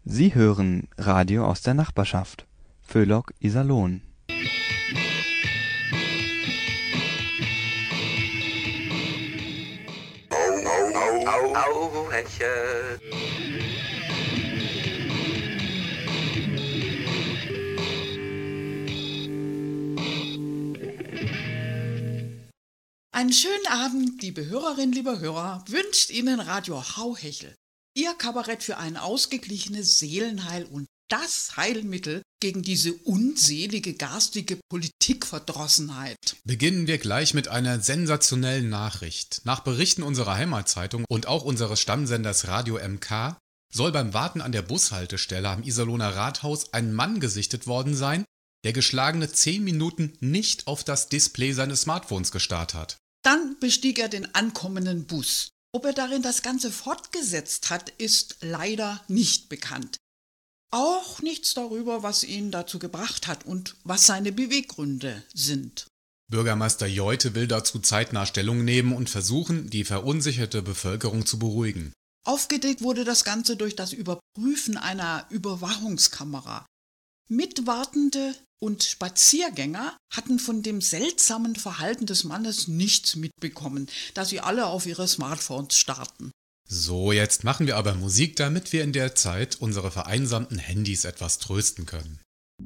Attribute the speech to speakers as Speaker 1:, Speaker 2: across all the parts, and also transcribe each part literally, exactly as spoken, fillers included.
Speaker 1: Sie hören Radio aus der Nachbarschaft. Föhlock, Iserlohn.
Speaker 2: Au, au, Heche.
Speaker 3: Einen schönen Abend, liebe Hörerinnen, liebe Hörer, wünscht Ihnen Radio Hauhechel. Ihr Kabarett für ein ausgeglichenes Seelenheil und das Heilmittel gegen diese unselige, garstige Politikverdrossenheit.
Speaker 4: Beginnen wir gleich mit einer sensationellen Nachricht. Nach Berichten unserer Heimatzeitung und auch unseres Stammsenders Radio M K soll beim Warten an der Bushaltestelle am Iserlohner Rathaus ein Mann gesichtet worden sein, der geschlagene zehn Minuten nicht auf das Display seines Smartphones gestarrt hat.
Speaker 3: Dann bestieg er den ankommenden Bus. Ob er darin das Ganze fortgesetzt hat, ist leider nicht bekannt. Auch nichts darüber, was ihn dazu gebracht hat und was seine Beweggründe sind.
Speaker 4: Bürgermeister Jeute will dazu zeitnah Stellung nehmen und versuchen, die verunsicherte Bevölkerung zu beruhigen.
Speaker 3: Aufgedeckt wurde das Ganze durch das Überprüfen einer Überwachungskamera. Mitwartende und Spaziergänger hatten von dem seltsamen Verhalten des Mannes nichts mitbekommen, da sie alle auf ihre Smartphones starrten.
Speaker 4: So, jetzt machen wir aber Musik, damit wir in der Zeit unsere vereinsamten Handys etwas trösten können.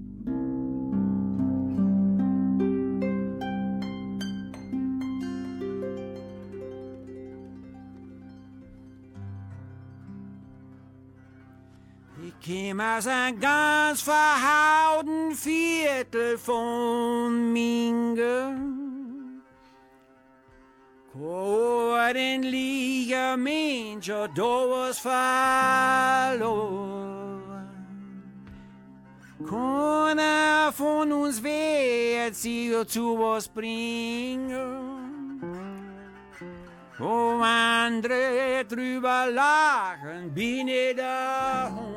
Speaker 5: Ich käm aus ein ganz verhauten Viertel von Minge. Vor den liegen Mensch, da was verloren. Keiner von uns wird sich zu was bringen. Um andere drüber lachen, bin ich daheim.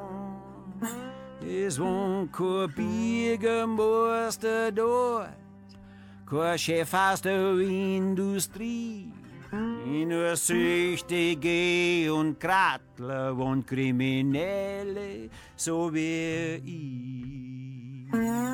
Speaker 5: Es wohnt kein Bürgermeister dort, kein Chef aus der Industrie. Nur Süchtige und Krattler und Kriminelle, so wie ich.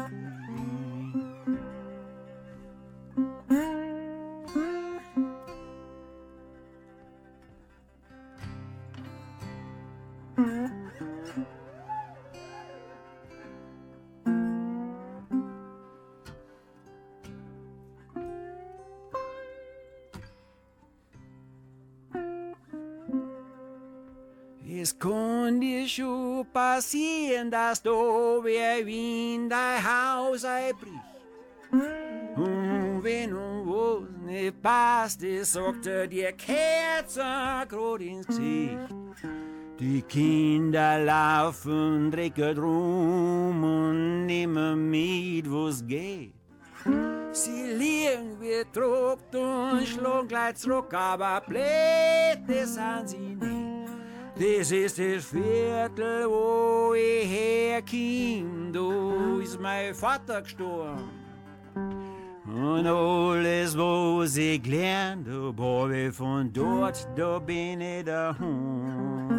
Speaker 5: Es kann dir schon passieren, dass du wer in dein Haus einbricht. Und wenn du was nicht passt, sagt er dir Kerzen grad ins Gesicht. Die Kinder laufen dreckig rum und nehmen mit, wo's geht. Sie liegen wie druckt und schlagen gleich zurück, aber Plätte sind sie nicht. Das ist das Viertel, wo ich herkomme, da ist mein Vater gestorben. Und alles, was ich gelernt hab, hab ich von dort, da bin ich daheim.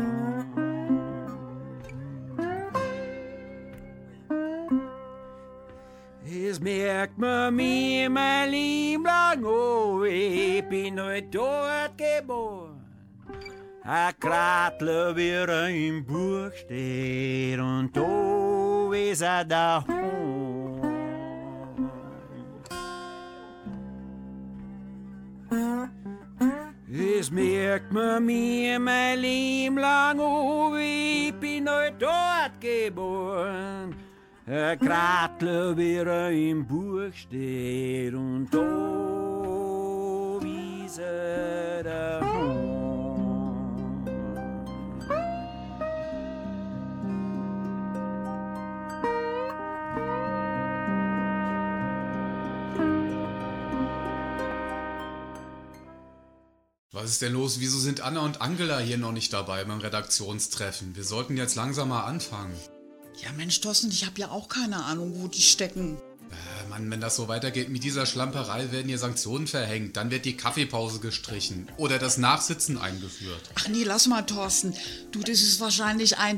Speaker 5: Das merkt man mir mein Leben lang, oh, ich bin heute dort geboren. Ein Krattler, wie er im Buch steht, und da ist er daheim. Das merkt man mir mein Leben lang, oh, ich bin heute dort geboren. Ein Krattler, wie er im Buch steht, und da ist er daheim.
Speaker 4: Was ist denn los? Wieso sind Anna und Angela hier noch nicht dabei beim Redaktionstreffen? Wir sollten jetzt langsam mal anfangen.
Speaker 3: Ja Mensch, Thorsten, ich habe ja auch keine Ahnung, wo die stecken.
Speaker 4: Äh, Mann, wenn das so weitergeht mit dieser Schlamperei, werden hier Sanktionen verhängt. Dann wird die Kaffeepause gestrichen oder das Nachsitzen eingeführt.
Speaker 3: Ach nee, lass mal, Thorsten. Du, das ist wahrscheinlich ein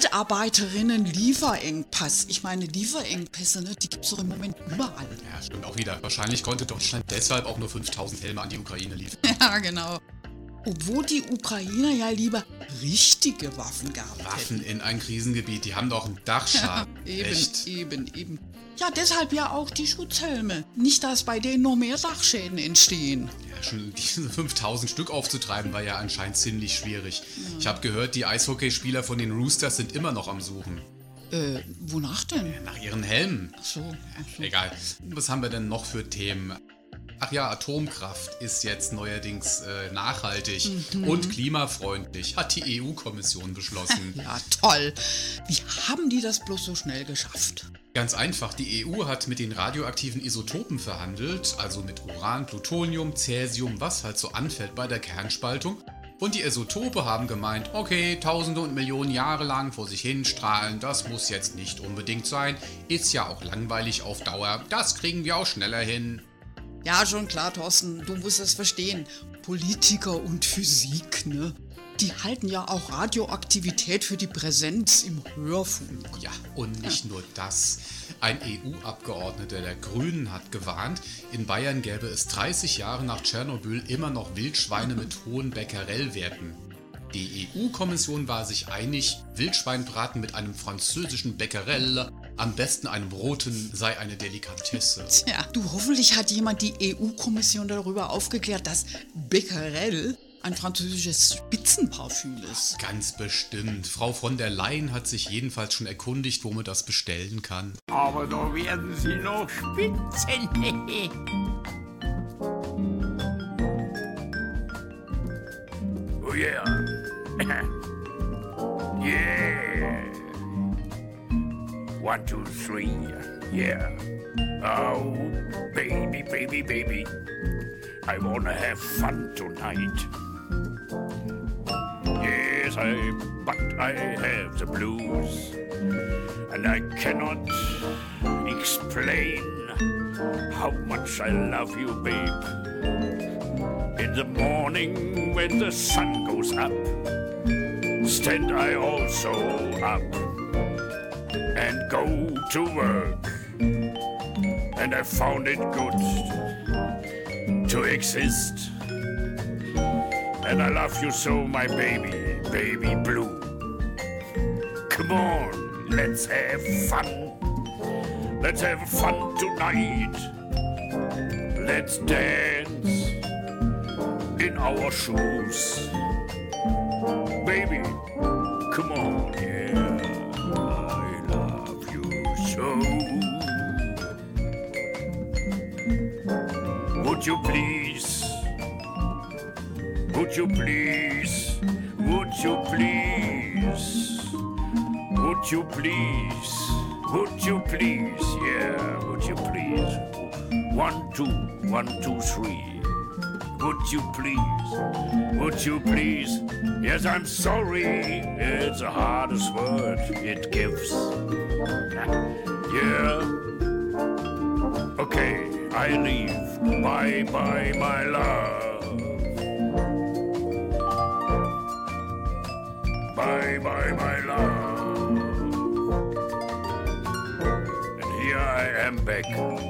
Speaker 3: Mitarbeiterinnen-Lieferengpass. Ich meine, Lieferengpässe, ne, die gibt's doch im Moment überall.
Speaker 4: Ja, stimmt auch wieder. Wahrscheinlich konnte Deutschland deshalb auch nur fünftausend Helme an die Ukraine liefern.
Speaker 3: Ja, genau. Obwohl die Ukrainer ja lieber richtige Waffen gehabt
Speaker 4: Waffen
Speaker 3: hätten.
Speaker 4: in ein Krisengebiet, die haben doch einen Dachschaden.
Speaker 3: Eben,
Speaker 4: Echt?
Speaker 3: eben, eben. Ja, deshalb ja auch die Schutzhelme. Nicht, dass bei denen noch mehr Dachschäden entstehen.
Speaker 4: Ja, schon diese fünftausend Stück aufzutreiben war ja anscheinend ziemlich schwierig. Ja. Ich habe gehört, die Eishockeyspieler von den Roosters sind immer noch am Suchen.
Speaker 3: Äh, wonach denn?
Speaker 4: Nach ihren Helmen.
Speaker 3: Ach so, ach so.
Speaker 4: Egal. Was haben wir denn noch für Themen? Ach ja, Atomkraft ist jetzt neuerdings äh, nachhaltig mhm. und klimafreundlich, hat die E U-Kommission beschlossen.
Speaker 3: Ja, toll. Wie haben die das bloß so schnell geschafft?
Speaker 4: Ganz einfach, die E U hat mit den radioaktiven Isotopen verhandelt, also mit Uran, Plutonium, Cäsium, was halt so anfällt bei der Kernspaltung. Und die Isotope haben gemeint, okay, tausende und Millionen Jahre lang vor sich hin strahlen, das muss jetzt nicht unbedingt sein, ist ja auch langweilig auf Dauer, das kriegen wir auch schneller hin.
Speaker 3: Ja, schon klar, Thorsten, du musst es verstehen. Politiker und Physik, ne? Die halten ja auch Radioaktivität für die Präsenz im Hörfunk.
Speaker 4: Ja, und nicht nur das. Ein E U-Abgeordneter der Grünen hat gewarnt, in Bayern gäbe es dreißig Jahre nach Tschernobyl immer noch Wildschweine mit hohen Becquerel-Werten. Die E U-Kommission war sich einig, Wildschweinbraten mit einem französischen Becquerel, am besten einem roten, sei eine Delikatesse.
Speaker 3: Tja, du, hoffentlich hat jemand die E U-Kommission darüber aufgeklärt, dass Becquerel ein französisches Spitzenparfüm ist.
Speaker 4: Ganz bestimmt. Frau von der Leyen hat sich jedenfalls schon erkundigt, wo man das bestellen kann.
Speaker 5: Aber da werden sie noch spitzen.
Speaker 6: Oh yeah. Yeah. One, two, three. Yeah. Oh, baby, baby, baby. I wanna have fun tonight. Yes, I, but I have the blues. And I cannot explain how much I love you, babe. In the morning when the sun goes up, stand I also up and go to work. And I found it good to exist. And I love you so, my baby, baby blue. Come on, let's have fun. Let's have fun tonight. Let's dance in our shoes. Baby, come on, yeah, I love you so. Would you please, would you please, would you please, would you please, would you please, yeah, would you please? One, two, one, two, three. Would you please, would you please? Yes, I'm sorry, it's the hardest word it gives. Yeah, okay, I leave. Bye, bye, my love. Bye, bye, my love. And here I am back.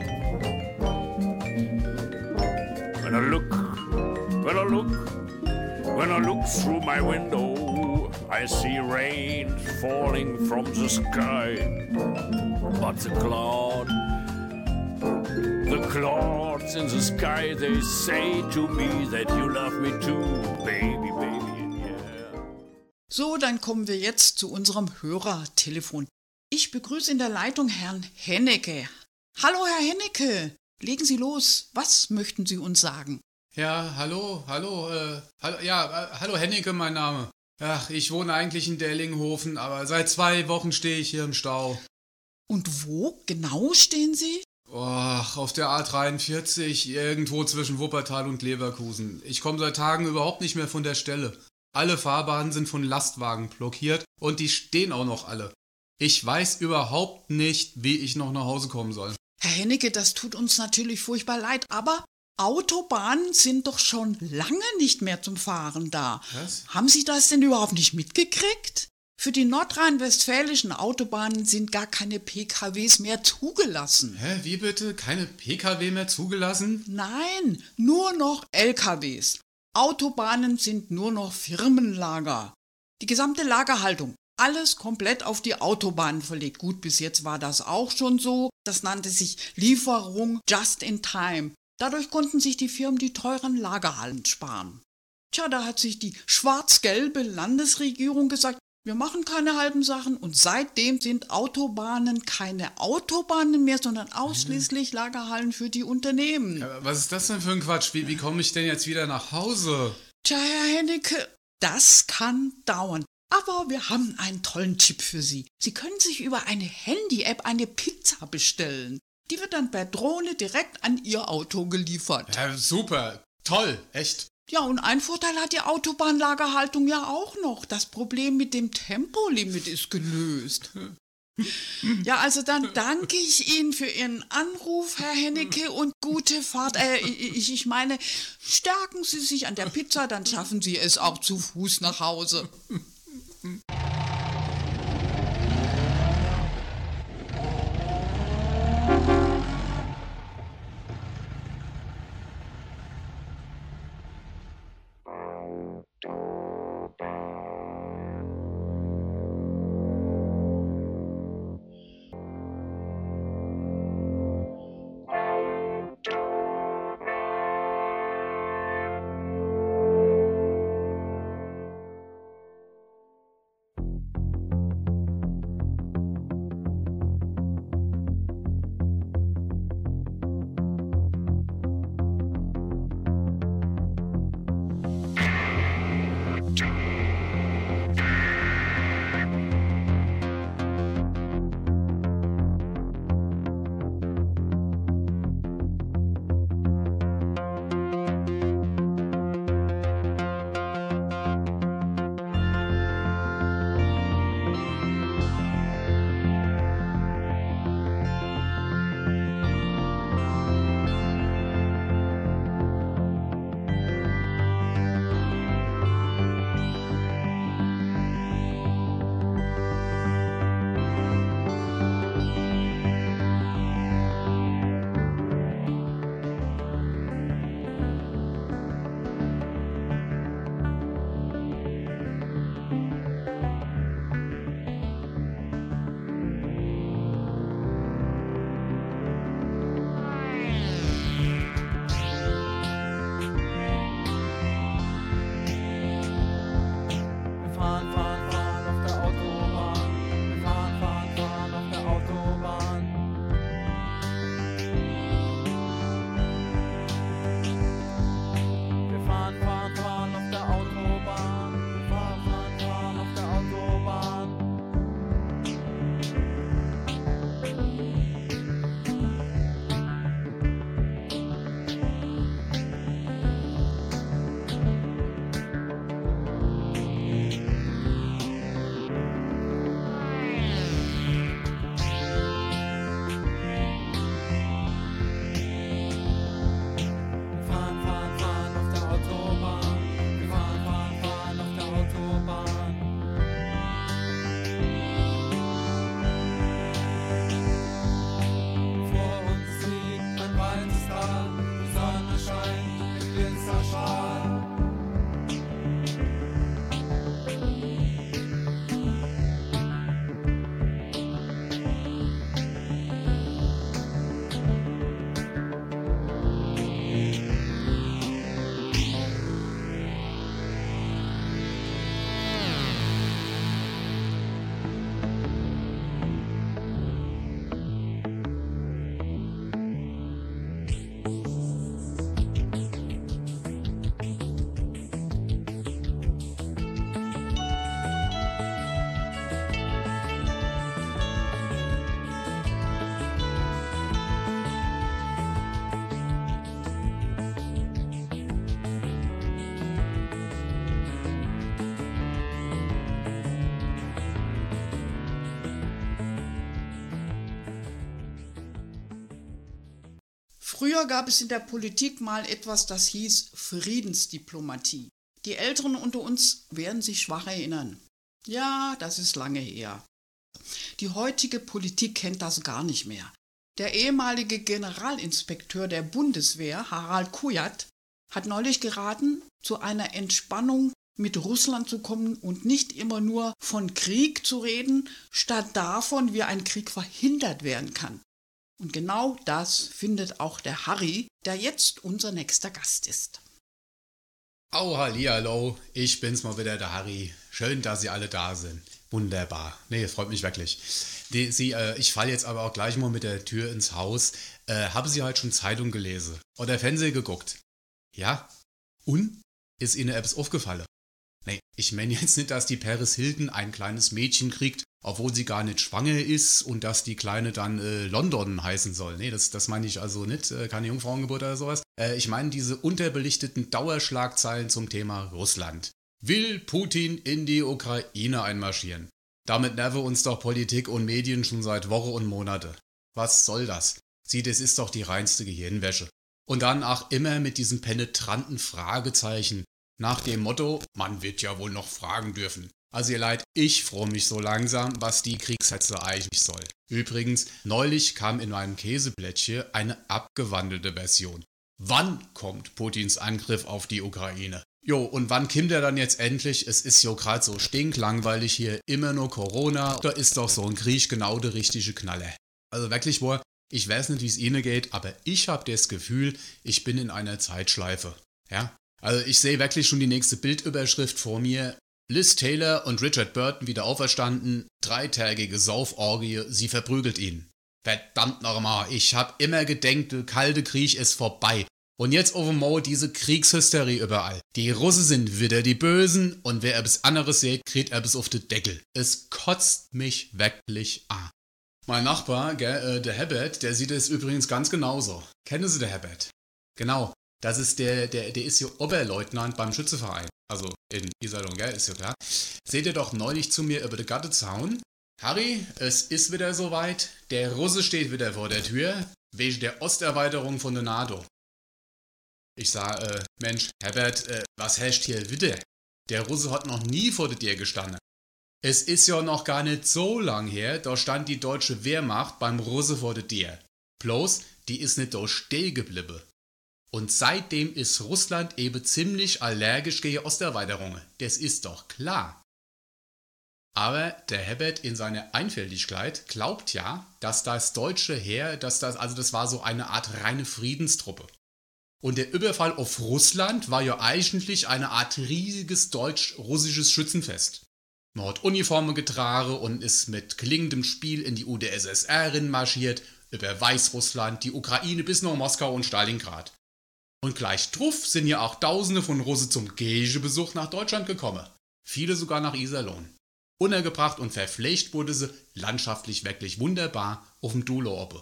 Speaker 6: When I look, when I look, when I look through my window, I see rain falling from the sky. But the cloud, the clouds in the sky, they say to me that you love me too, baby, baby, yeah.
Speaker 3: So, dann kommen wir jetzt zu unserem Hörertelefon. Ich begrüße in der Leitung Herrn Hennecke. Hallo, Herr Hennecke. Legen Sie los. Was möchten Sie uns sagen?
Speaker 4: Ja, hallo, hallo, äh, hallo, ja, äh, hallo Hennecke, mein Name. Ach, ich wohne eigentlich in Dellinghofen, aber seit zwei Wochen stehe ich hier im Stau.
Speaker 3: Und wo genau stehen Sie?
Speaker 4: Och, auf der A dreiundvierzig, irgendwo zwischen Wuppertal und Leverkusen. Ich komme seit Tagen überhaupt nicht mehr von der Stelle. Alle Fahrbahnen sind von Lastwagen blockiert und die stehen auch noch alle. Ich weiß überhaupt nicht, wie ich noch nach Hause kommen soll.
Speaker 3: Herr Hennecke, das tut uns natürlich furchtbar leid, aber Autobahnen sind doch schon lange nicht mehr zum Fahren da.
Speaker 4: Was?
Speaker 3: Haben Sie das denn überhaupt nicht mitgekriegt? Für die nordrhein-westfälischen Autobahnen sind gar keine P K Ws mehr zugelassen.
Speaker 4: Hä, wie bitte? Keine P K W mehr zugelassen?
Speaker 3: Nein, nur noch L K Ws. Autobahnen sind nur noch Firmenlager. Die gesamte Lagerhaltung, alles komplett auf die Autobahnen verlegt. Gut, bis jetzt war das auch schon so. Das nannte sich Lieferung just in time. Dadurch konnten sich die Firmen die teuren Lagerhallen sparen. Tja, da hat sich die schwarz-gelbe Landesregierung gesagt, wir machen keine halben Sachen und seitdem sind Autobahnen keine Autobahnen mehr, sondern ausschließlich Lagerhallen für die Unternehmen.
Speaker 4: Ja, was ist das denn für ein Quatsch? Wie, wie komme ich denn jetzt wieder nach Hause?
Speaker 3: Tja, Herr Hennecke, das kann dauern. Aber wir haben einen tollen Tipp für Sie. Sie können sich über eine Handy-App eine Pizza bestellen. Die wird dann per Drohne direkt an Ihr Auto geliefert.
Speaker 4: Ja, super, toll, echt.
Speaker 3: Ja, und ein Vorteil hat die Autobahnlagerhaltung ja auch noch. Das Problem mit dem Tempolimit ist gelöst. Ja, also dann danke ich Ihnen für Ihren Anruf, Herr Hennecke, und gute Fahrt. Äh, ich, ich meine, stärken Sie sich an der Pizza, dann schaffen Sie es auch zu Fuß nach Hause. Früher gab es in der Politik mal etwas, das hieß Friedensdiplomatie. Die Älteren unter uns werden sich schwach erinnern. Ja, das ist lange her. Die heutige Politik kennt das gar nicht mehr. Der ehemalige Generalinspekteur der Bundeswehr, Harald Kujat, hat neulich geraten, zu einer Entspannung mit Russland zu kommen und nicht immer nur von Krieg zu reden, statt davon, wie ein Krieg verhindert werden kann. Und genau das findet auch der Harry, der jetzt unser nächster Gast ist.
Speaker 4: Au, hallihallo, ich bin's mal wieder, der Harry. Schön, dass Sie alle da sind. Wunderbar. Nee, es freut mich wirklich. Die, Sie, äh, ich falle jetzt aber auch gleich mal mit der Tür ins Haus. Äh, haben Sie heute schon Zeitung gelesen? Oder Fernsehen geguckt? Ja? Und? Ist Ihnen etwas aufgefallen? Nee, ich meine jetzt nicht, dass die Paris Hilton ein kleines Mädchen kriegt, obwohl sie gar nicht schwanger ist und dass die Kleine dann äh, London heißen soll. Nee, das, das meine ich also nicht, äh, keine Jungfrauengeburt oder sowas. Äh, ich meine diese unterbelichteten Dauerschlagzeilen zum Thema Russland. Will Putin in die Ukraine einmarschieren? Damit nerven uns doch Politik und Medien schon seit Wochen und Monate. Was soll das? Sieh, das ist doch die reinste Gehirnwäsche. Und dann auch immer mit diesen penetranten Fragezeichen. Nach dem Motto, man wird ja wohl noch fragen dürfen. Also ihr Leid, ich freue mich so langsam, was die Kriegshetze eigentlich soll. Übrigens, neulich kam in meinem Käseblättchen eine abgewandelte Version. Wann kommt Putins Angriff auf die Ukraine? Jo, und wann kommt er dann jetzt endlich? Es ist jo gerade so stinklangweilig hier, immer nur Corona. Da ist doch so ein Krieg genau der richtige Knaller. Also wirklich wohl, ich weiß nicht, wie es Ihnen geht, aber ich habe das Gefühl, ich bin in einer Zeitschleife. Ja? Also ich sehe wirklich schon die nächste Bildüberschrift vor mir. Liz Taylor und Richard Burton wieder auferstanden, dreitägige Sauforgie, sie verprügelt ihn. Verdammt nochmal, ich hab immer gedenkt, der kalte Krieg ist vorbei. Und jetzt auf einmal diese Kriegshysterie überall. Die Russen sind wieder die Bösen und wer etwas anderes sieht, kriegt etwas auf den Deckel. Es kotzt mich wirklich an. Mein Nachbar, gell, äh, der Herbert, der sieht es übrigens ganz genauso. Kennen Sie den Herbert? Genau. Das ist der, der, der ist ja Oberleutnant beim Schützeverein. Also in Iserlohn, gell, ist ja klar. Seht ihr doch neulich zu mir über den Gartenzaun. Harry, es ist wieder soweit. Der Russe steht wieder vor der Tür, wegen der Osterweiterung von der NATO. Ich sag, äh, Mensch, Herbert, äh, was herrscht hier wieder? Der Russe hat noch nie vor der Tür gestanden. Es ist ja noch gar nicht so lang her, da stand die deutsche Wehrmacht beim Russe vor der Tür. Bloß, die ist nicht da stehen geblieben. Und seitdem ist Russland eben ziemlich allergisch gegen Osterweiterungen. Das ist doch klar. Aber der Herbert in seiner Einfältigkeit glaubt ja, dass das deutsche Heer, dass das, also das war so eine Art reine Friedenstruppe. Und der Überfall auf Russland war ja eigentlich eine Art riesiges deutsch-russisches Schützenfest. Man hat Uniformen getragen und ist mit klingendem Spiel in die U d S S R marschiert, über Weißrussland, die Ukraine bis nach Moskau und Stalingrad. Und gleich drauf sind ja auch Tausende von Russen zum Käsebesuch nach Deutschland gekommen. Viele sogar nach Iserlohn. Untergebracht und verpflegt wurde sie landschaftlich wirklich wunderbar auf dem Dulo-Oppe.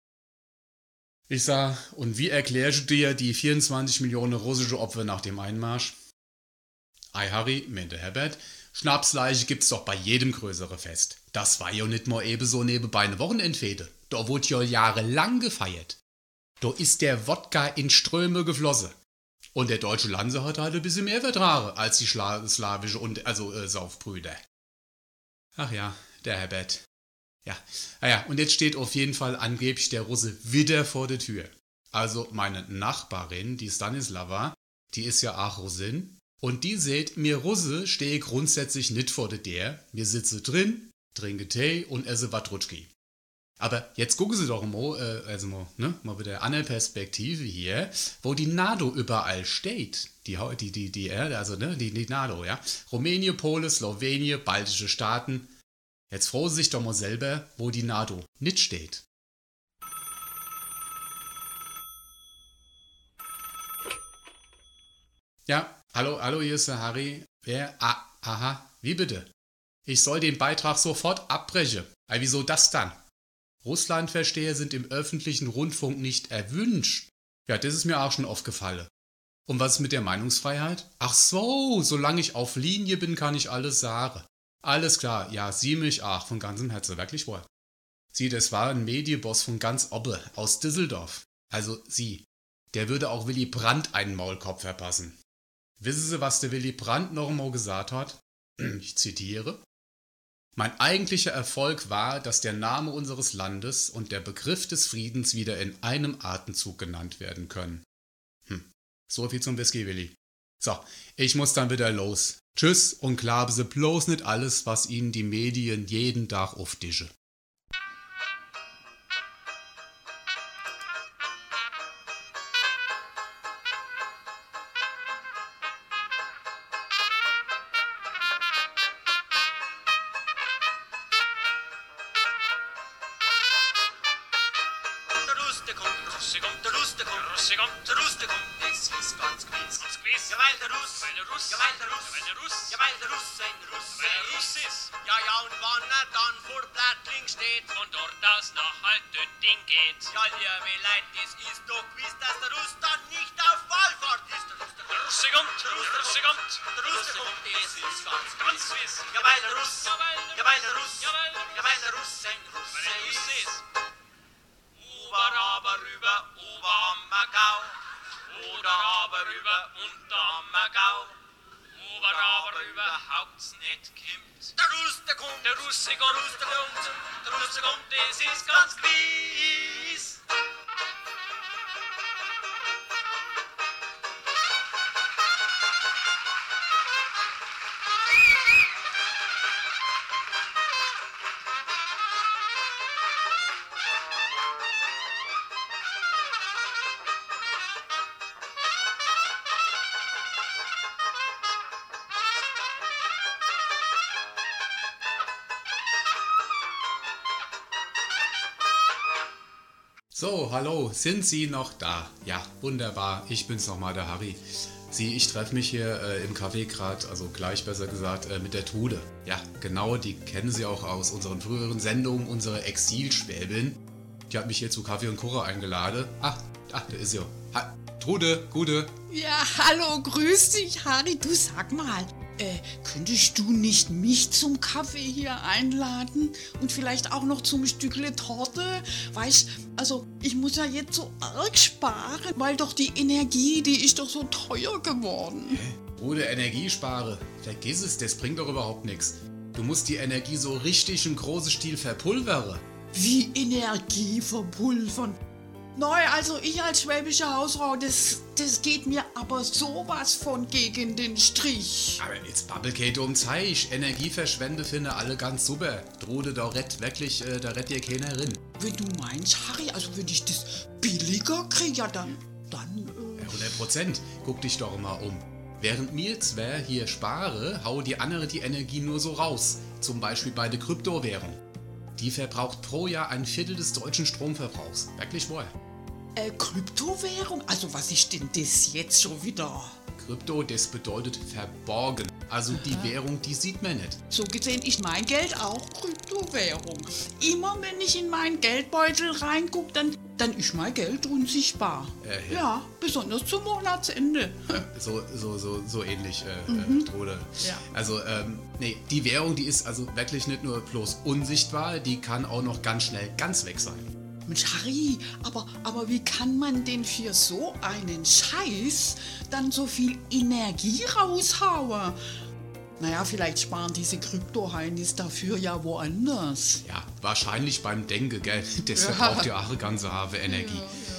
Speaker 4: Ich sag, und wie erklärst du dir die vierundzwanzig Millionen russische Opfer nach dem Einmarsch? Ei Harry, meinte Herbert, Schnapsleiche gibt's doch bei jedem größeren Fest. Das war ja nicht mal eben so nebenbei eine Wochenendfete. Da wurde ja jahrelang gefeiert. Da ist der Wodka in Ströme geflossen. Und der deutsche Lanze hat halt ein bisschen mehr vertragen als die Schla slawische und also äh, Saufbrüder. Ach ja, der Herbert. Ja, naja, und jetzt steht auf jeden Fall angeblich der Russe wieder vor der Tür. Also meine Nachbarin, die Stanislava, die ist ja auch Russin. Und die seht, mir Russe stehe grundsätzlich nicht vor der Tür. Mir sitze drin, trinke Tee und esse Watrutschki. Aber jetzt gucken Sie doch mal, äh, also mal, ne, mal wieder eine Perspektive hier, wo die NATO überall steht. Die, die, die, die, also, ne, die, die NATO, ja. Rumänien, Polen, Slowenien, baltische Staaten. Jetzt frohen Sie sich doch mal selber, wo die NATO nicht steht. Ja, hallo, hallo, hier ist der Harry. Wer? Ah, aha, wie bitte? Ich soll den Beitrag sofort abbrechen. Aber wieso das dann? Russlandversteher sind im öffentlichen Rundfunk nicht erwünscht. Ja, das ist mir auch schon aufgefallen. Und was ist mit der Meinungsfreiheit? Ach so, solange ich auf Linie bin, kann ich alles sagen. Alles klar, ja, Sie mich auch, von ganzem Herzen, wirklich wohl. Sie, das war ein Medienboss von ganz Obbe, aus Düsseldorf. Also Sie, der würde auch Willy Brandt einen Maulkorb verpassen. Wissen Sie, was der Willy Brandt noch einmal gesagt hat? Ich zitiere. Mein eigentlicher Erfolg war, dass der Name unseres Landes und der Begriff des Friedens wieder in einem Atemzug genannt werden können. Hm, so viel zum Whisky, Willi. So, ich muss dann wieder los. Tschüss und glauben Sie bloß nicht alles, was Ihnen die Medien jeden Tag auftischen.
Speaker 7: Ruste kommt, Russe kommt, der Ruste kommt, Russe kommt, der Ruste kommt, das ist ganz gewiss, ganz gewiss. Ja, weil der Russ, weil der Russ, ja, weil der Russ, weil der Russ, ja, weil der Russ ein Russ, weil der Russ ist. Ja, ja, und wann er dann vor Blattling steht, von dort aus nach halt Dötting geht. Ja, liebe Leute, das ist doch gewiss, dass der Russ dann nicht auf Wallfahrt ist. Der Russ, der Russe kommt, der Russ, der Russe kommt, der Russe kommt, das ist ganz, ganz gewiss. Ja, weil der Russ, ja, weil der Russ, ja, weil der Russ ein Russ ist. Ober, aber rüber, ober am Magau. Oder aber rüber, unter am Magau. Ober, aber überhaupt nicht kimmt. Der Russe kommt, der Russe kommt, der Russe kommt, der Russe kommt, das ist ganz gewiss.
Speaker 4: So, hallo, sind Sie noch da? Ja, wunderbar, ich bin's nochmal, der Harry. Sie, ich treffe mich hier äh, im Café gerade, also gleich besser gesagt, äh, mit der Trude. Ja, genau, die kennen Sie auch aus unseren früheren Sendungen, unsere Exilschwäbin. Die hat mich hier zu Kaffee und Kuchen eingeladen. Ach, ach, da ist sie. Ha, Trude, Gute.
Speaker 3: Ja, hallo, grüß dich, Harry. Du, sag mal, äh, könntest du nicht mich zum Kaffee hier einladen und vielleicht auch noch zum Stückle Torte? Weißt, also ich muss ja jetzt so arg sparen, weil doch die Energie, die ist doch so teuer geworden.
Speaker 4: Hä? Trude, Energiespare. Vergiss es, das bringt doch überhaupt nichts. Du musst die Energie so richtig im großen Stil verpulvern.
Speaker 3: Wie Energie verpulvern? Neu, also ich als schwäbische Hausfrau, das, das geht mir aber sowas von gegen den Strich.
Speaker 4: Aber jetzt babbelkeit um Zeich. Energieverschwende finde alle ganz super. Trude, da rett wirklich, äh, da rett dir keiner rin.
Speaker 3: Wenn du meinst, Harry, also wenn ich das billiger kriege, ja dann, dann... Äh
Speaker 4: hundert Prozent. Guck dich doch mal um. Während mir zwar hier spare, hau die andere die Energie nur so raus. Zum Beispiel bei der Kryptowährung. Die verbraucht pro Jahr ein Viertel des deutschen Stromverbrauchs. Wirklich wohl.
Speaker 3: Äh, Kryptowährung? Also was ist denn das jetzt schon wieder?
Speaker 4: Krypto, das bedeutet verborgen. Also die
Speaker 3: Aha.
Speaker 4: Währung, die sieht man nicht.
Speaker 3: So gesehen ist mein Geld auch Kryptowährung. Immer wenn ich in meinen Geldbeutel reingucke, dann, dann ist mein Geld unsichtbar.
Speaker 4: Äh, ja.
Speaker 3: ja, besonders zum Monatsende.
Speaker 4: So, so, so, so ähnlich, äh,
Speaker 3: Mhm.
Speaker 4: äh, Trude.
Speaker 3: Ja.
Speaker 4: Also, ähm, nee, die Währung, die ist also wirklich nicht nur bloß unsichtbar, die kann auch noch ganz schnell ganz weg sein.
Speaker 3: Mensch, Harry, aber, aber wie kann man denn für so einen Scheiß dann so viel Energie raushauen? Naja, vielleicht sparen diese Krypto-Heinis dafür ja woanders.
Speaker 4: Ja, wahrscheinlich beim Denke, gell? Das
Speaker 3: Ja.
Speaker 4: verbraucht ja auch ganze Have Energie.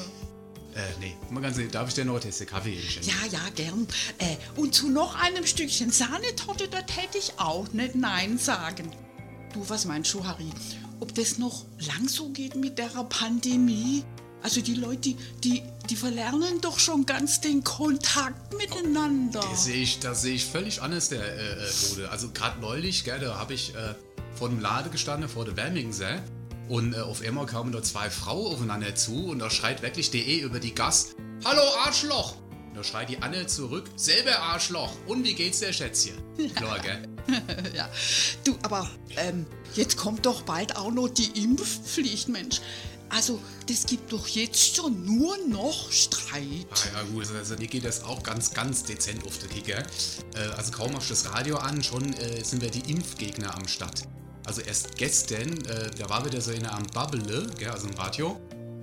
Speaker 4: Äh, nee, mal ganz ehrlich, darf ich dir noch eine Tasse Kaffee hinstellen?
Speaker 3: Ja, ja, gern. Äh, und zu noch einem Stückchen Sahnetorte, das hätte ich auch nicht Nein sagen. Du, was meinst du, Harry? Ob das noch lang so geht mit der Pandemie? Also die Leute, die, die, die verlernen doch schon ganz den Kontakt miteinander.
Speaker 4: Das sehe ich, das sehe ich völlig anders, der äh, äh, Trude. Also gerade neulich, gell, da habe ich äh, vor dem Lade gestanden, vor der Wermingse. Und äh, auf einmal kamen da zwei Frauen aufeinander zu und da schreit wirklich der E über die Gas: Hallo Arschloch! Und da schreit die Anne zurück: Selber Arschloch! Und wie geht's der Schätzchen? Klar, gell?
Speaker 3: Ja, du, aber ähm, jetzt kommt doch bald auch noch die Impfpflicht, Mensch. Also, das gibt doch jetzt schon nur noch Streit.
Speaker 4: Ah, ja gut, also dir geht das auch ganz, ganz dezent auf den Kicker. Äh, also kaum machst du das Radio an, schon äh, sind wir die Impfgegner am Start. Also erst gestern, äh, da war wieder so eine am Babbele, gell, also im Radio,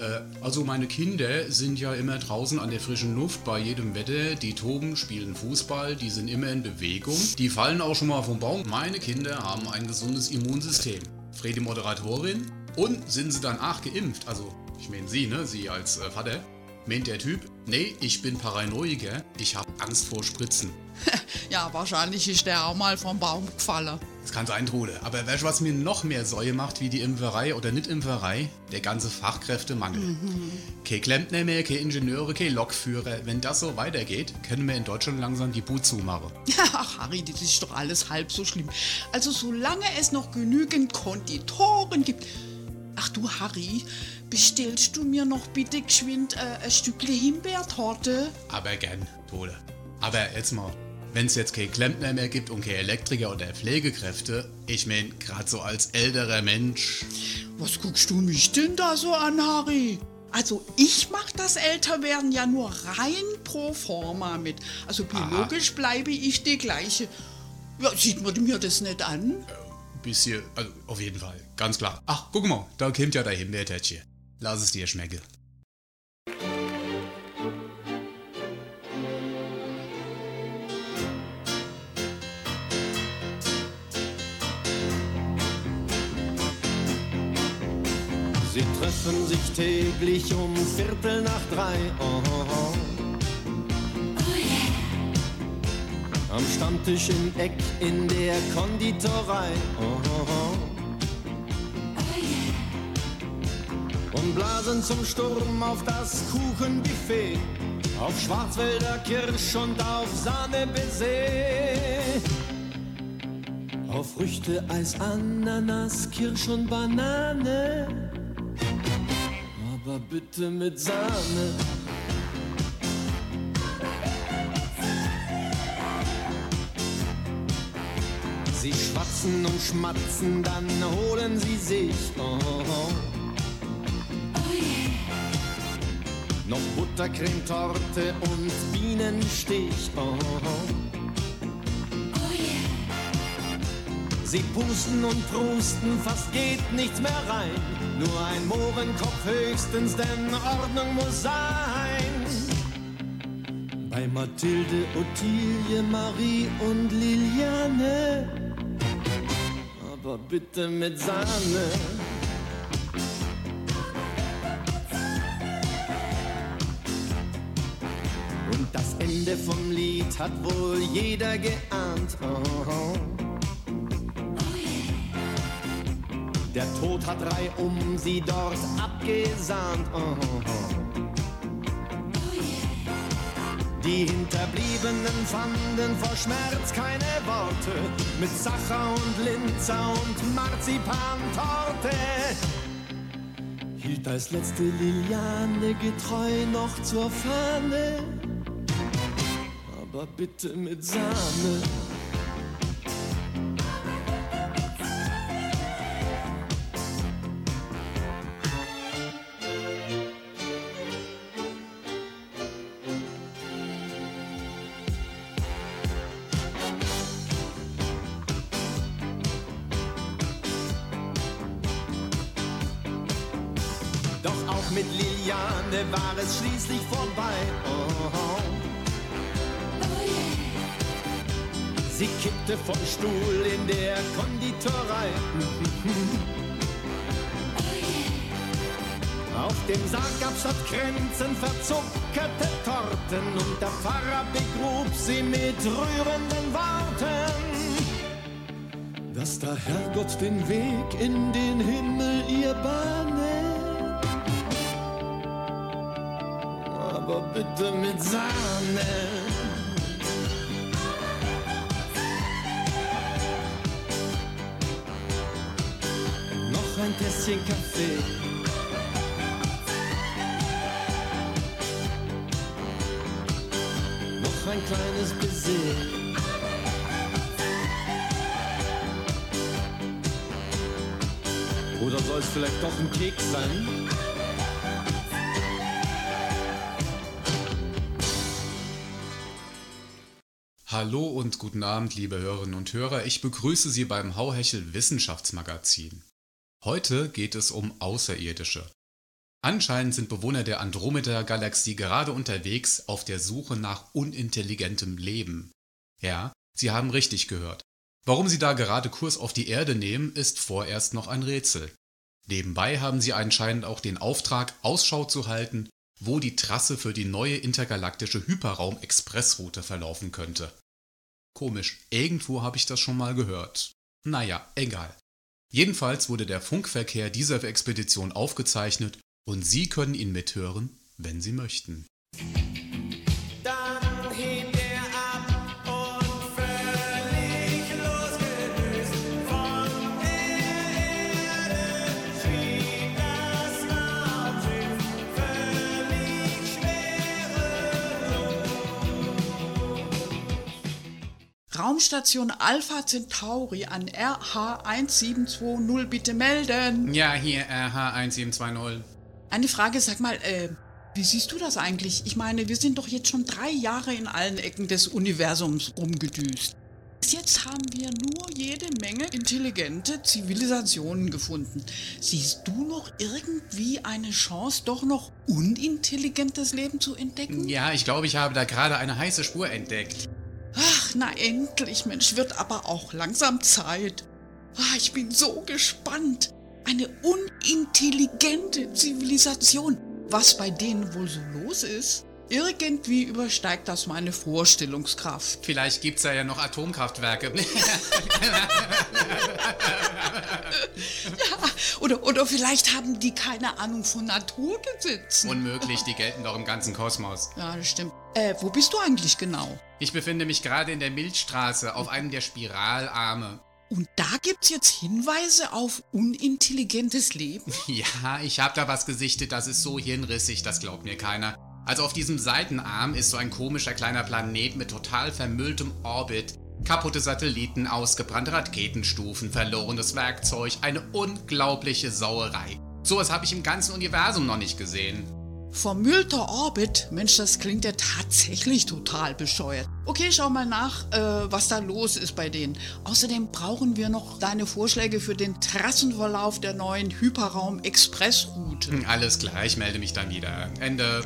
Speaker 4: Äh, also meine Kinder sind ja immer draußen an der frischen Luft bei jedem Wetter. Die toben, spielen Fußball, die sind immer in Bewegung. Die fallen auch schon mal vom Baum. Meine Kinder haben ein gesundes Immunsystem. Fredi Moderatorin. Und sind sie dann auch geimpft? Also, ich meine sie, ne? Sie als äh, Vater. Meint der Typ, nee, ich bin Paranoiker, ich hab Angst vor Spritzen.
Speaker 3: Ja, wahrscheinlich ist der auch mal vom Baum gefallen.
Speaker 4: Das kann sein, Trude. Aber weißt du, was mir noch mehr Säue macht wie die Impferei oder Nicht-Impferei? Der ganze Fachkräftemangel. Mhm. Kein Klempner mehr, kein Ingenieure, kein Lokführer. Wenn das so weitergeht, können wir in Deutschland langsam die Bude zumachen.
Speaker 3: Ach, Harry, das ist doch alles halb so schlimm. Also solange es noch genügend Konditoren gibt... Ach du, Harry, bestellst du mir noch bitte geschwind äh, ein Stückle Himbeertorte?
Speaker 4: Aber gern, Trude. Aber jetzt mal... Wenn es jetzt kein Klempner mehr gibt und kein Elektriker oder Pflegekräfte, ich mein, gerade so als älterer Mensch...
Speaker 3: Was guckst du mich denn da so an, Harry? Also ich mach das Älterwerden ja nur rein pro forma mit. Also biologisch bleibe ich die gleiche. Ja, sieht man mir das nicht an?
Speaker 4: Äh, bisschen, also auf jeden Fall, ganz klar. Ach, guck mal, da kommt ja der Himbeertätchen. Lass es dir schmecken.
Speaker 8: Sie treffen sich täglich um Viertel nach drei. Oh, oh, oh. Oh yeah. Am Stammtisch im Eck in der Konditorei. Oh, oh, oh. Oh yeah. Und blasen zum Sturm auf das Kuchenbuffet, auf Schwarzwälder Kirsch und auf Sahne-Baiser, auf Früchte, Eis, Ananas, Kirsch und Banane. Aber bitte mit Sahne. Sie schwatzen und schmatzen, dann holen sie sich oh, oh. Oh yeah. Noch Buttercremetorte und Bienenstich oh, oh. Sie pusten und prusten, fast geht nichts mehr rein. Nur ein Mohrenkopf höchstens, denn Ordnung muss sein. Bei Mathilde, Ottilie, Marie und Liliane. Aber bitte mit Sahne. Und das Ende vom Lied hat wohl jeder geahnt. Oh. Der Tod hat reihum sie dort abgesahnt. Oh, oh, oh. Die Hinterbliebenen fanden vor Schmerz keine Worte. Mit Sacher und Linzer und Marzipantorte hielt als letzte Liliane getreu noch zur Fahne. Aber bitte mit Sahne. Doch auch mit Liliane war es schließlich vorbei. Oh, oh. Oh yeah. Sie kippte vom Stuhl in der Konditorei. Oh yeah. Auf dem Sarg gab statt Kränzen verzuckerte Torten und der Pfarrer begrub sie mit rührenden Worten, dass der Herrgott den Weg in den Himmel ihr bahne. Aber bitte mit Sahne. Noch ein Tässchen Kaffee. Noch ein kleines Baiser. Oder soll es vielleicht doch ein Keks sein?
Speaker 4: Hallo und guten Abend, liebe Hörerinnen und Hörer. Ich begrüße Sie beim Hauhechel Wissenschaftsmagazin. Heute geht es um Außerirdische. Anscheinend sind Bewohner der Andromeda-Galaxie gerade unterwegs auf der Suche nach unintelligentem Leben. Ja, Sie haben richtig gehört. Warum Sie da gerade Kurs auf die Erde nehmen, ist vorerst noch ein Rätsel. Nebenbei haben Sie anscheinend auch den Auftrag, Ausschau zu halten, wo die Trasse für die neue intergalaktische Hyperraum-Expressroute verlaufen könnte. Komisch, irgendwo habe ich das schon mal gehört. Naja, egal. Jedenfalls wurde der Funkverkehr dieser Expedition aufgezeichnet und Sie können ihn mithören, wenn Sie möchten.
Speaker 8: Dann hebt er ab und völlig losgelöst von der Erde schrieb das Raumschiff völlig schwerelos.
Speaker 3: Raumstation Alpha Centauri an R H eins sieben zwei null bitte melden.
Speaker 4: Ja, hier R H eins sieben zwei null.
Speaker 3: Eine Frage, sag mal, äh, wie siehst du das eigentlich? Ich meine, wir sind doch jetzt schon drei Jahre in allen Ecken des Universums rumgedüst. Bis jetzt haben wir nur jede Menge intelligente Zivilisationen gefunden. Siehst du noch irgendwie eine Chance, doch noch unintelligentes Leben zu entdecken?
Speaker 4: Ja, ich glaube, ich habe da gerade eine heiße Spur entdeckt.
Speaker 3: Ach, na endlich, Mensch, wird aber auch langsam Zeit. Ah, ich bin so gespannt. Eine unintelligente Zivilisation. Was bei denen wohl so los ist? Irgendwie übersteigt das meine Vorstellungskraft.
Speaker 4: Vielleicht gibt's da ja noch Atomkraftwerke.
Speaker 3: Ja, oder, oder vielleicht haben die keine Ahnung von Naturgesetzen.
Speaker 4: Unmöglich, die gelten doch im ganzen Kosmos.
Speaker 3: Ja, das stimmt. Äh, wo bist du eigentlich genau?
Speaker 4: Ich befinde mich gerade in der Milchstraße auf einem der Spiralarme.
Speaker 3: Und da gibt's jetzt Hinweise auf unintelligentes Leben?
Speaker 4: Ja, ich habe da was gesichtet, das ist so hirnrissig, das glaubt mir keiner. Also auf diesem Seitenarm ist so ein komischer kleiner Planet mit total vermülltem Orbit, kaputte Satelliten, ausgebrannte Raketenstufen, verlorenes Werkzeug, eine unglaubliche Sauerei. Sowas habe ich im ganzen Universum noch nicht gesehen.
Speaker 3: Vermüllter Orbit? Mensch, das klingt ja tatsächlich total bescheuert. Okay, schau mal nach, äh, was da los ist bei denen. Außerdem brauchen wir noch deine Vorschläge für den Trassenverlauf der neuen Hyperraum-Expressroute.
Speaker 4: Hm, alles klar, ich melde mich dann wieder. Ende.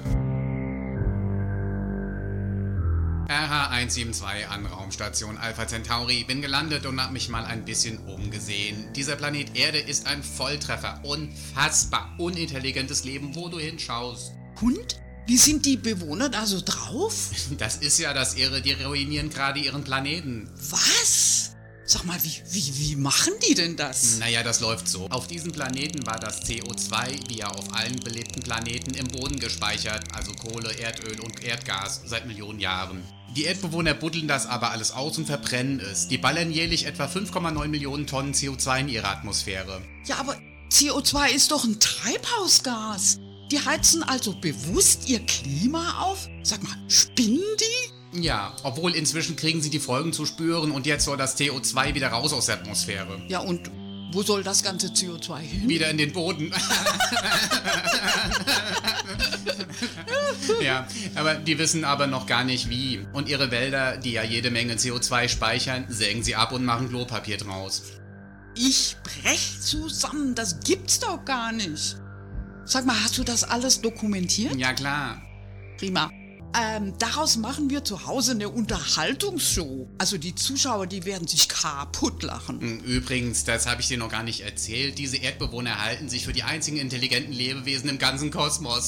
Speaker 4: R H eins sieben zwei an Raumstation Alpha Centauri. Bin gelandet und habe mich mal ein bisschen umgesehen. Dieser Planet Erde ist ein Volltreffer. Unfassbar unintelligentes Leben, wo du hinschaust.
Speaker 3: Und? Wie sind die Bewohner da so drauf?
Speaker 4: Das ist ja das Irre, die ruinieren gerade ihren Planeten.
Speaker 3: Was? Sag mal, wie, wie, wie machen die denn das?
Speaker 4: Naja, das läuft so. Auf diesem Planeten war das C O zwei, wie ja auf allen belebten Planeten, im Boden gespeichert, also Kohle, Erdöl und Erdgas, seit Millionen Jahren. Die Erdbewohner buddeln das aber alles aus und verbrennen es. Die ballern jährlich etwa fünf Komma neun Millionen Tonnen C O zwei in ihre Atmosphäre.
Speaker 3: Ja, aber C O zwei ist doch ein Treibhausgas. Die heizen also bewusst ihr Klima auf? Sag mal, spinnen die?
Speaker 4: Ja, obwohl inzwischen kriegen sie die Folgen zu spüren und jetzt soll das C O zwei wieder raus aus der Atmosphäre.
Speaker 3: Ja, und wo soll das ganze C O zwei hin?
Speaker 4: Wieder in den Boden. Ja, aber die wissen aber noch gar nicht wie. Und ihre Wälder, die ja jede Menge C O zwei speichern, sägen sie ab und machen Klopapier draus.
Speaker 3: Ich brech zusammen, das gibt's doch gar nicht. Sag mal, hast du das alles dokumentiert?
Speaker 4: Ja, klar.
Speaker 3: Prima. Ähm, daraus machen wir zu Hause eine Unterhaltungsshow. Also die Zuschauer, die werden sich kaputt lachen.
Speaker 4: Übrigens, das habe ich dir noch gar nicht erzählt, diese Erdbewohner halten sich für die einzigen intelligenten Lebewesen im ganzen Kosmos.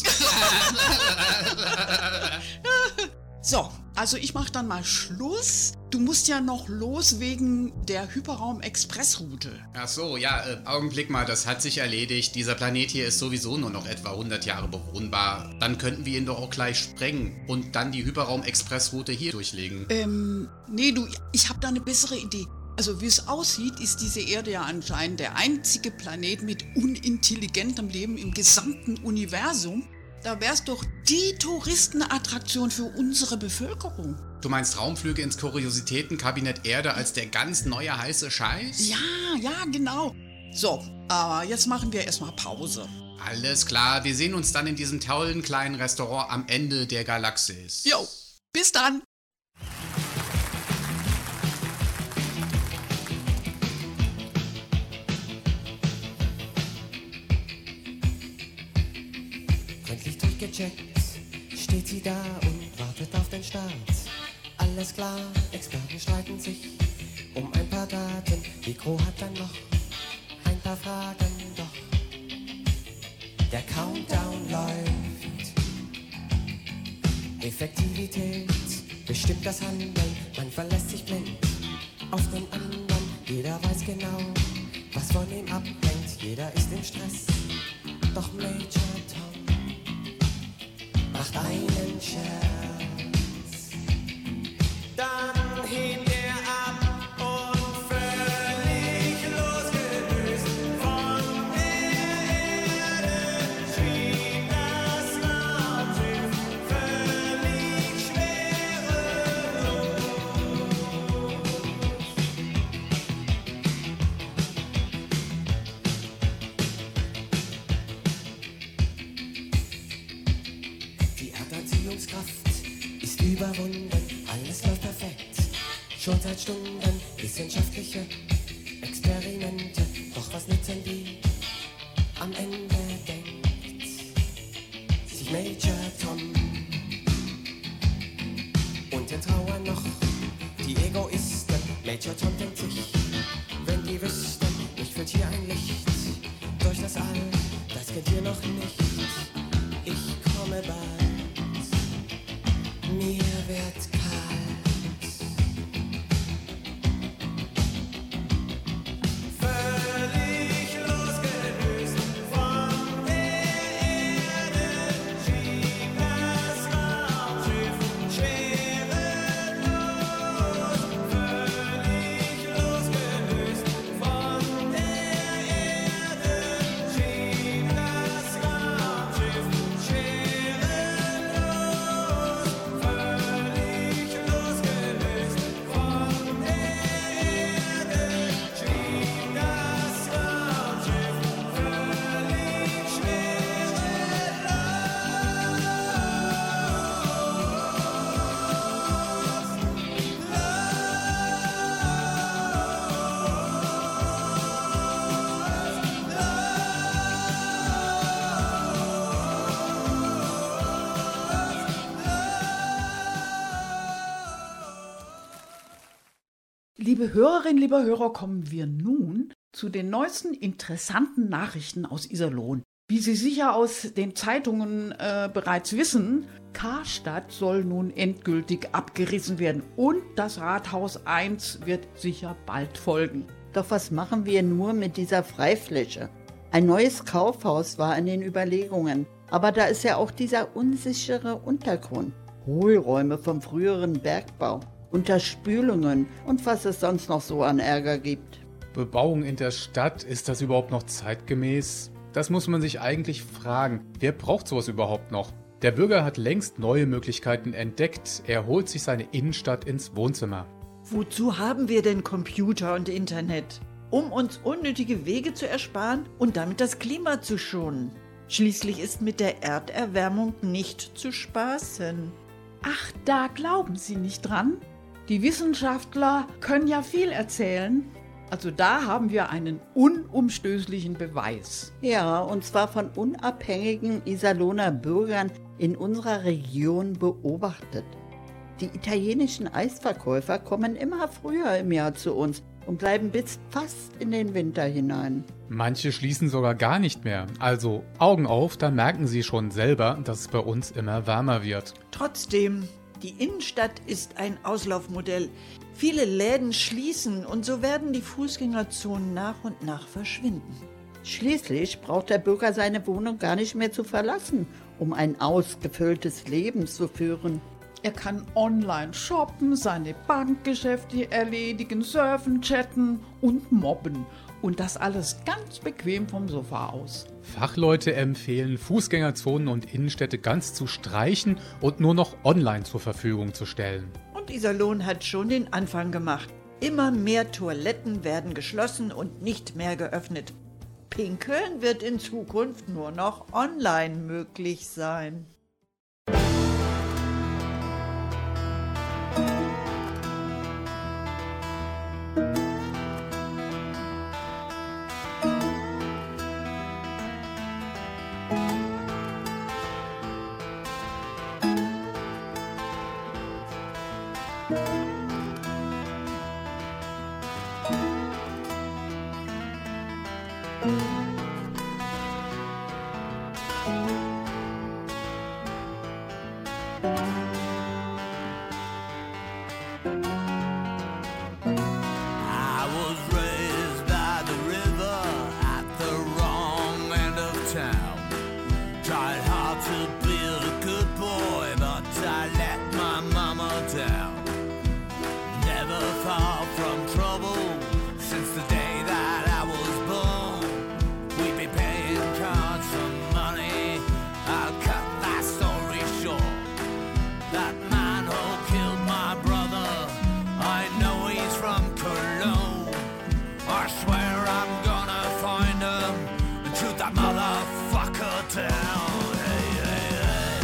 Speaker 3: So, also ich mach dann mal Schluss. Du musst ja noch los wegen der Hyperraum-Expressroute.
Speaker 4: Ach so, ja, äh, Augenblick mal, das hat sich erledigt. Dieser Planet hier ist sowieso nur noch etwa hundert Jahre bewohnbar. Dann könnten wir ihn doch auch gleich sprengen und dann die Hyperraum-Expressroute hier durchlegen.
Speaker 3: Ähm, nee, du, ich hab da eine bessere Idee. Also wie es aussieht, ist diese Erde ja anscheinend der einzige Planet mit unintelligentem Leben im gesamten Universum. Da wär's doch die Touristenattraktion für unsere Bevölkerung.
Speaker 4: Du meinst Raumflüge ins Kuriositätenkabinett Erde als der ganz neue heiße Scheiß?
Speaker 3: Ja, ja, genau. So, aber äh, jetzt machen wir erstmal Pause.
Speaker 4: Alles klar, wir sehen uns dann in diesem tollen kleinen Restaurant am Ende der Galaxis.
Speaker 3: Jo, bis dann.
Speaker 8: gecheckt, steht sie da und wartet auf den Start. Alles klar, Experten streiten sich um ein paar Daten. Die Crew hat dann noch ein paar Fragen, doch der Countdown läuft. Effektivität bestimmt das Handeln, man verlässt sich blind auf den anderen. Jeder weiß genau, was von ihm abhängt, jeder ist im Stress. Doch Major Tom macht einen Scherz, dann hebt er ab und völlig losgelöst von der Erde schrieb das Raumschiff völlig schwerelos. Die Erdanziehungskraft ist überwunden, alles läuft perfekt, schon seit Stunden. Wissenschaftliche Experimente, doch was nützen die? Am Ende denkt sich Major Tom und in Trauer noch die Egoisten. Major Tom denkt sich, wenn die wüssten, mich führt hier ein Licht durch das All, das kennt ihr noch nicht. Ich komme bald, mir wird kalt. Völlig losgelöst von der Erde schrieb das Raumschiff schwerelos. Völlig losgelöst von der Erde schrieb das Raumschiff schwerelos. Völlig losgelöst von der Erde schrieb das Raumschiff völlig
Speaker 3: Liebe Hörerinnen, lieber Hörer, kommen wir nun zu den neuesten interessanten Nachrichten aus Iserlohn. Wie Sie sicher aus den Zeitungen äh, bereits wissen, Karstadt soll nun endgültig abgerissen werden und das Rathaus eins wird sicher bald folgen.
Speaker 9: Doch was machen wir nur mit dieser Freifläche? Ein neues Kaufhaus war in den Überlegungen, aber da ist ja auch dieser unsichere Untergrund. Hohlräume vom früheren Bergbau, Unterspülungen und was es sonst noch so an Ärger gibt.
Speaker 4: Bebauung in der Stadt, ist das überhaupt noch zeitgemäß? Das muss man sich eigentlich fragen. Wer braucht sowas überhaupt noch? Der Bürger hat längst neue Möglichkeiten entdeckt. Er holt sich seine Innenstadt ins Wohnzimmer.
Speaker 10: Wozu haben wir denn Computer und Internet? Um uns unnötige Wege zu ersparen und damit das Klima zu schonen. Schließlich ist mit der Erderwärmung nicht zu spaßen.
Speaker 3: Ach, da glauben Sie nicht dran? Die Wissenschaftler können ja viel erzählen. Also da haben wir einen unumstößlichen Beweis.
Speaker 9: Ja, und zwar von unabhängigen Iserlohner Bürgern in unserer Region beobachtet. Die italienischen Eisverkäufer kommen immer früher im Jahr zu uns und bleiben bis fast in den Winter hinein.
Speaker 4: Manche schließen sogar gar nicht mehr. Also Augen auf, da merken sie schon selber, dass es bei uns immer wärmer wird.
Speaker 10: Trotzdem, die Innenstadt ist ein Auslaufmodell. Viele Läden schließen und so werden die Fußgängerzonen nach und nach verschwinden.
Speaker 9: Schließlich braucht der Bürger seine Wohnung gar nicht mehr zu verlassen, um ein ausgefülltes Leben zu führen.
Speaker 3: Er kann online shoppen, seine Bankgeschäfte erledigen, surfen, chatten und mobben. Und das alles ganz bequem vom Sofa aus.
Speaker 4: Fachleute empfehlen, Fußgängerzonen und Innenstädte ganz zu streichen und nur noch online zur Verfügung zu stellen.
Speaker 10: Und Iserlohn hat schon den Anfang gemacht. Immer mehr Toiletten werden geschlossen und nicht mehr geöffnet. Pinkeln wird in Zukunft nur noch online möglich sein.
Speaker 8: to be a good boy, but I let my mama down. Never far from trouble since the day that I was born. We'd be paying cards for money. I'll cut that story short. That man who killed my brother, I know he's from Cologne. I swear I'm gonna find him and shoot that motherfucker down. Hey, hey, hey.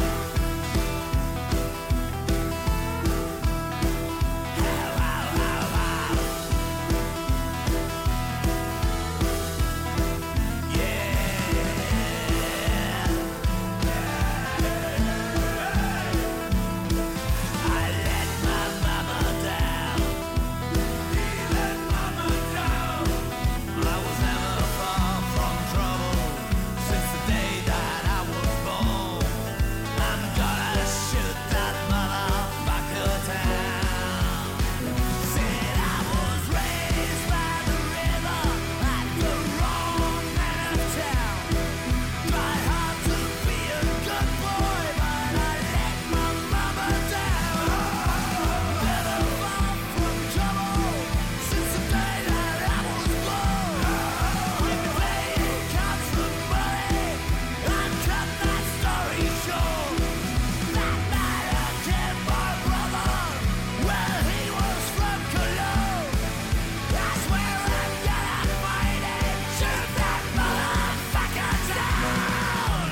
Speaker 8: How, how, how, how. Yeah. I let my mama down. He let mama down. I was never far from trouble since the day that I was born. I'm gonna shoot that motherfucker down. Said I was raised by the river at the wrong end of town. Tried hard to be a good boy, but I let my mama down. Never far from trouble since the day that I was born. We've been playing cards for money. I cut that story short. That night I killed my brother. Well, he was from Cologne. I swear I'm gonna find him. Shoot that motherfucker down.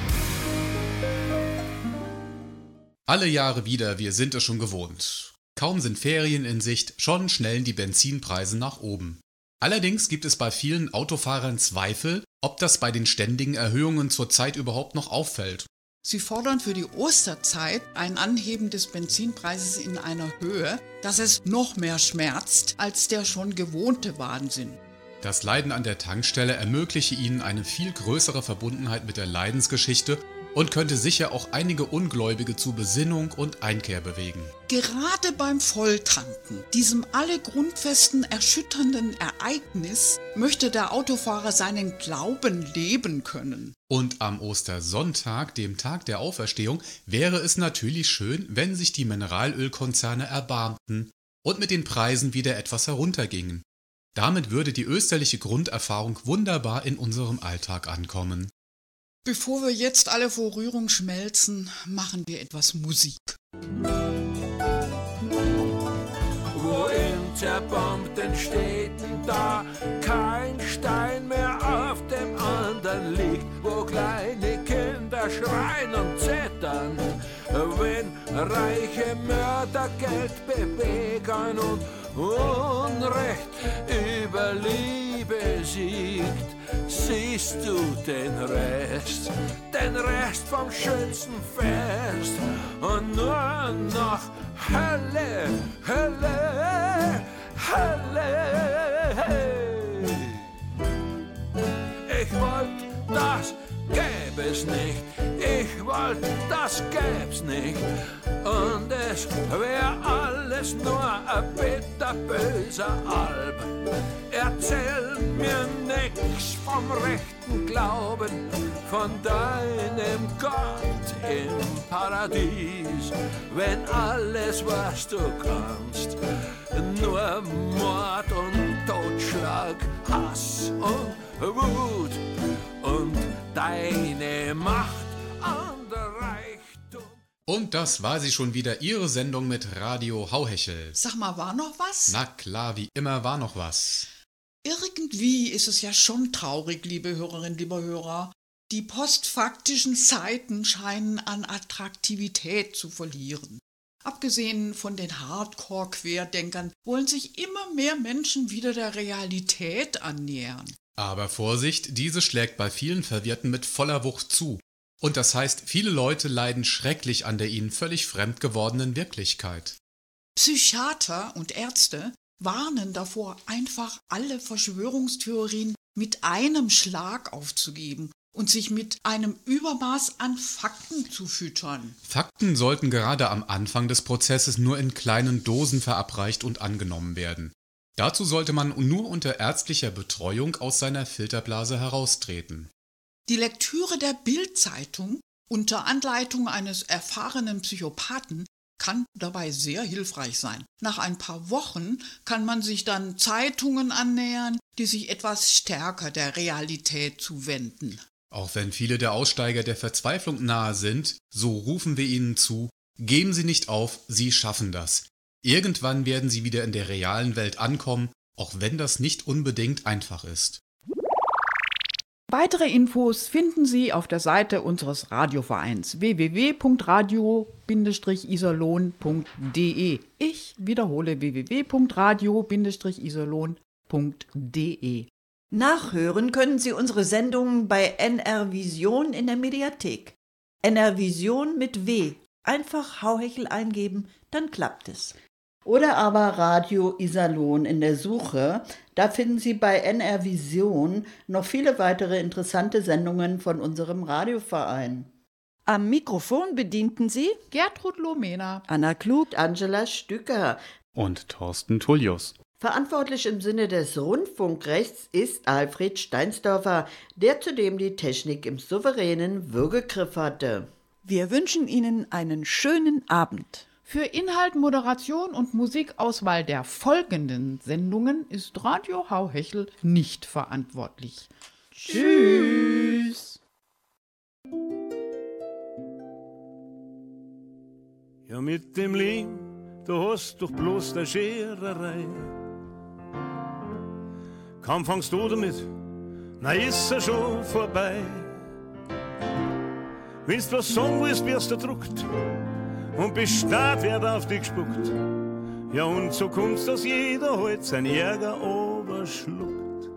Speaker 4: Alle Jahre wieder, wir sind es schon gewohnt. Kaum sind Ferien in Sicht, schon schnellen die Benzinpreise nach oben. Allerdings gibt es bei vielen Autofahrern Zweifel, ob das bei den ständigen Erhöhungen zurzeit überhaupt noch auffällt.
Speaker 3: Sie fordern für die Osterzeit ein Anheben des Benzinpreises in einer Höhe, dass es noch mehr schmerzt als der schon gewohnte Wahnsinn.
Speaker 4: Das Leiden an der Tankstelle ermögliche ihnen eine viel größere Verbundenheit mit der Leidensgeschichte und könnte sicher auch einige Ungläubige zu Besinnung und Einkehr bewegen.
Speaker 3: Gerade beim Volltanken, diesem alle Grundfesten erschütternden Ereignis, möchte der Autofahrer seinen Glauben leben können.
Speaker 4: Und am Ostersonntag, dem Tag der Auferstehung, wäre es natürlich schön, wenn sich die Mineralölkonzerne erbarmten und mit den Preisen wieder etwas heruntergingen. Damit würde die österliche Grunderfahrung wunderbar in unserem Alltag ankommen.
Speaker 3: Bevor wir jetzt alle vor Rührung schmelzen, machen wir etwas Musik.
Speaker 8: Wo in zerbombten Städten da kein Stein mehr auf dem anderen liegt, wo kleine Kinder schreien und zittern, wenn reiche Mörder Geld bewegen und Unrecht über Liebe siegt, siehst du den Rest, den Rest vom schönsten Fest und nur noch Hölle, Hölle, Hölle. Ich wollte, das gäbe es nicht, ich wollte, das gäb's nicht und es wär alles nur ein bitterböser Alb. Erzähl mir nix vom rechten Glauben, von deinem Gott im Paradies, wenn alles, was du kannst, nur Mord und Totschlag, Hass und Wut und deine Macht an der Reichtum.
Speaker 4: Und das war sie schon wieder, Ihre Sendung mit Radio Hauhechel.
Speaker 3: Sag mal, war noch was?
Speaker 4: Na klar, wie immer war noch was.
Speaker 3: Irgendwie ist es ja schon traurig, liebe Hörerinnen, lieber Hörer. Die postfaktischen Zeiten scheinen an Attraktivität zu verlieren. Abgesehen von den Hardcore-Querdenkern wollen sich immer mehr Menschen wieder der Realität annähern.
Speaker 4: Aber Vorsicht, diese schlägt bei vielen Verwirrten mit voller Wucht zu. Und das heißt, viele Leute leiden schrecklich an der ihnen völlig fremd gewordenen Wirklichkeit.
Speaker 3: Psychiater und Ärzte warnen davor, einfach alle Verschwörungstheorien mit einem Schlag aufzugeben und sich mit einem Übermaß an Fakten zu füttern.
Speaker 4: Fakten sollten gerade am Anfang des Prozesses nur in kleinen Dosen verabreicht und angenommen werden. Dazu sollte man nur unter ärztlicher Betreuung aus seiner Filterblase heraustreten.
Speaker 3: Die Lektüre der Bild-Zeitung unter Anleitung eines erfahrenen Psychopathen kann dabei sehr hilfreich sein. Nach ein paar Wochen kann man sich dann Zeitungen annähern, die sich etwas stärker der Realität zuwenden.
Speaker 4: Auch wenn viele der Aussteiger der Verzweiflung nahe sind, so rufen wir ihnen zu: Geben Sie nicht auf, Sie schaffen das. Irgendwann werden Sie wieder in der realen Welt ankommen, auch wenn das nicht unbedingt einfach ist.
Speaker 11: Weitere Infos finden Sie auf der Seite unseres Radiovereins w w w punkt radio Bindestrich iserlohn punkt de. Ich wiederhole w w w punkt radio Bindestrich iserlohn punkt de.
Speaker 10: Nachhören können Sie unsere Sendungen bei N R Vision in der Mediathek. N R Vision mit W. Einfach Hauhechel eingeben, dann klappt es.
Speaker 9: Oder aber Radio Iserlohn in der Suche. Da finden Sie bei N R Vision noch viele weitere interessante Sendungen von unserem Radioverein.
Speaker 10: Am Mikrofon bedienten Sie
Speaker 11: Gertrud Lomena,
Speaker 10: Anna Klug,
Speaker 9: Angela Stücker
Speaker 4: und Thorsten Tullius.
Speaker 9: Verantwortlich im Sinne des Rundfunkrechts ist Alfred Steinsdorfer, der zudem die Technik im souveränen Würgegriff hatte.
Speaker 10: Wir wünschen Ihnen einen schönen Abend.
Speaker 11: Für Inhalt, Moderation und Musikauswahl der folgenden Sendungen ist Radio Hauhechel nicht verantwortlich. Tschüss!
Speaker 8: Ja, mit dem Leben, du hast doch bloß der Schererei. Kaum fangst du damit, na ist er schon vorbei. Wenn's was sagen willst, wirst du druckt und bis Staat wird auf dich gespuckt. Ja, und so kommt's, dass jeder halt sein Ärger overschluckt.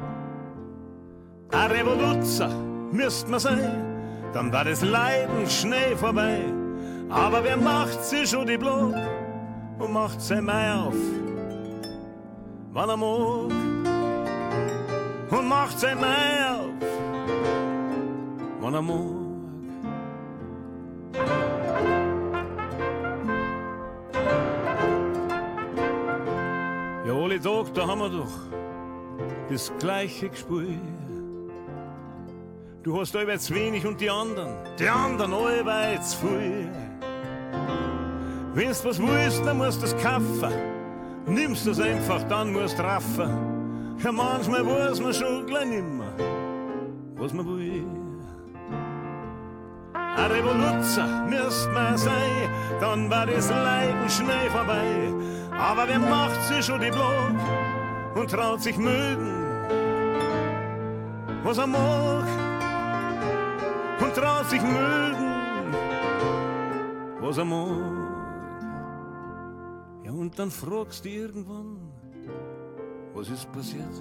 Speaker 8: Ein Revoluzer müsst man sein, dann war das Leiden schnell vorbei. Aber wer macht sich schon die Blut und macht sein Mai auf, wann er mag, und macht sein Mai auf, wann er mag. Ja, alle Tag, da haben wir doch das gleiche gespielt. Du hast allweil zu wenig und die anderen, die anderen allweil zu viel. Wenn's was willst, dann musst du's kaufen. Nimmst du's einfach, dann musst du raffen. Ja, manchmal weiß man schon gleich nimmer, was man will. Ein Revoluzer müsst man sein, dann war das Leiden schnell vorbei. Aber wer macht sich schon die Blut und traut sich mögen, was er mag, und traut sich mögen, was er mag. Ja, und dann fragst du irgendwann, was ist passiert?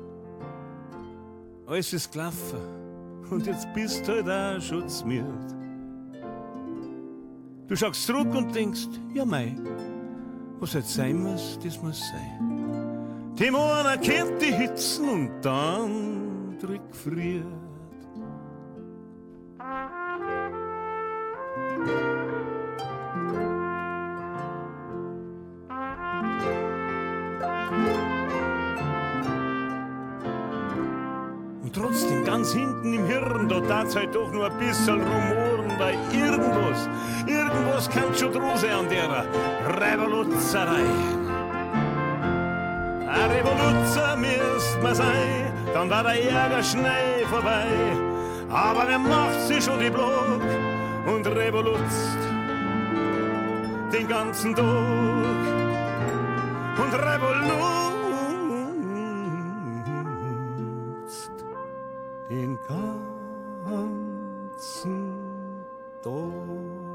Speaker 8: Alles ist gelaufen und jetzt bist du halt auch schutzmiert. Du schaust zurück und denkst, ja mei, was halt sein muss, das muss sein. Die Mona kennt die Hitzen und dann friert. Und trotzdem ganz hinten im Hirn, da tat's halt doch nur ein bisschen rumoren, weil irgendwas, irgendwas kann schon dran sein an der Revoluzerei. Ein Revoluzer müsst man sein, dann war der Ärger schnell vorbei. Aber wer macht sich schon die Block und revoluzt den ganzen Tag und revolutzt den ganzen Tag.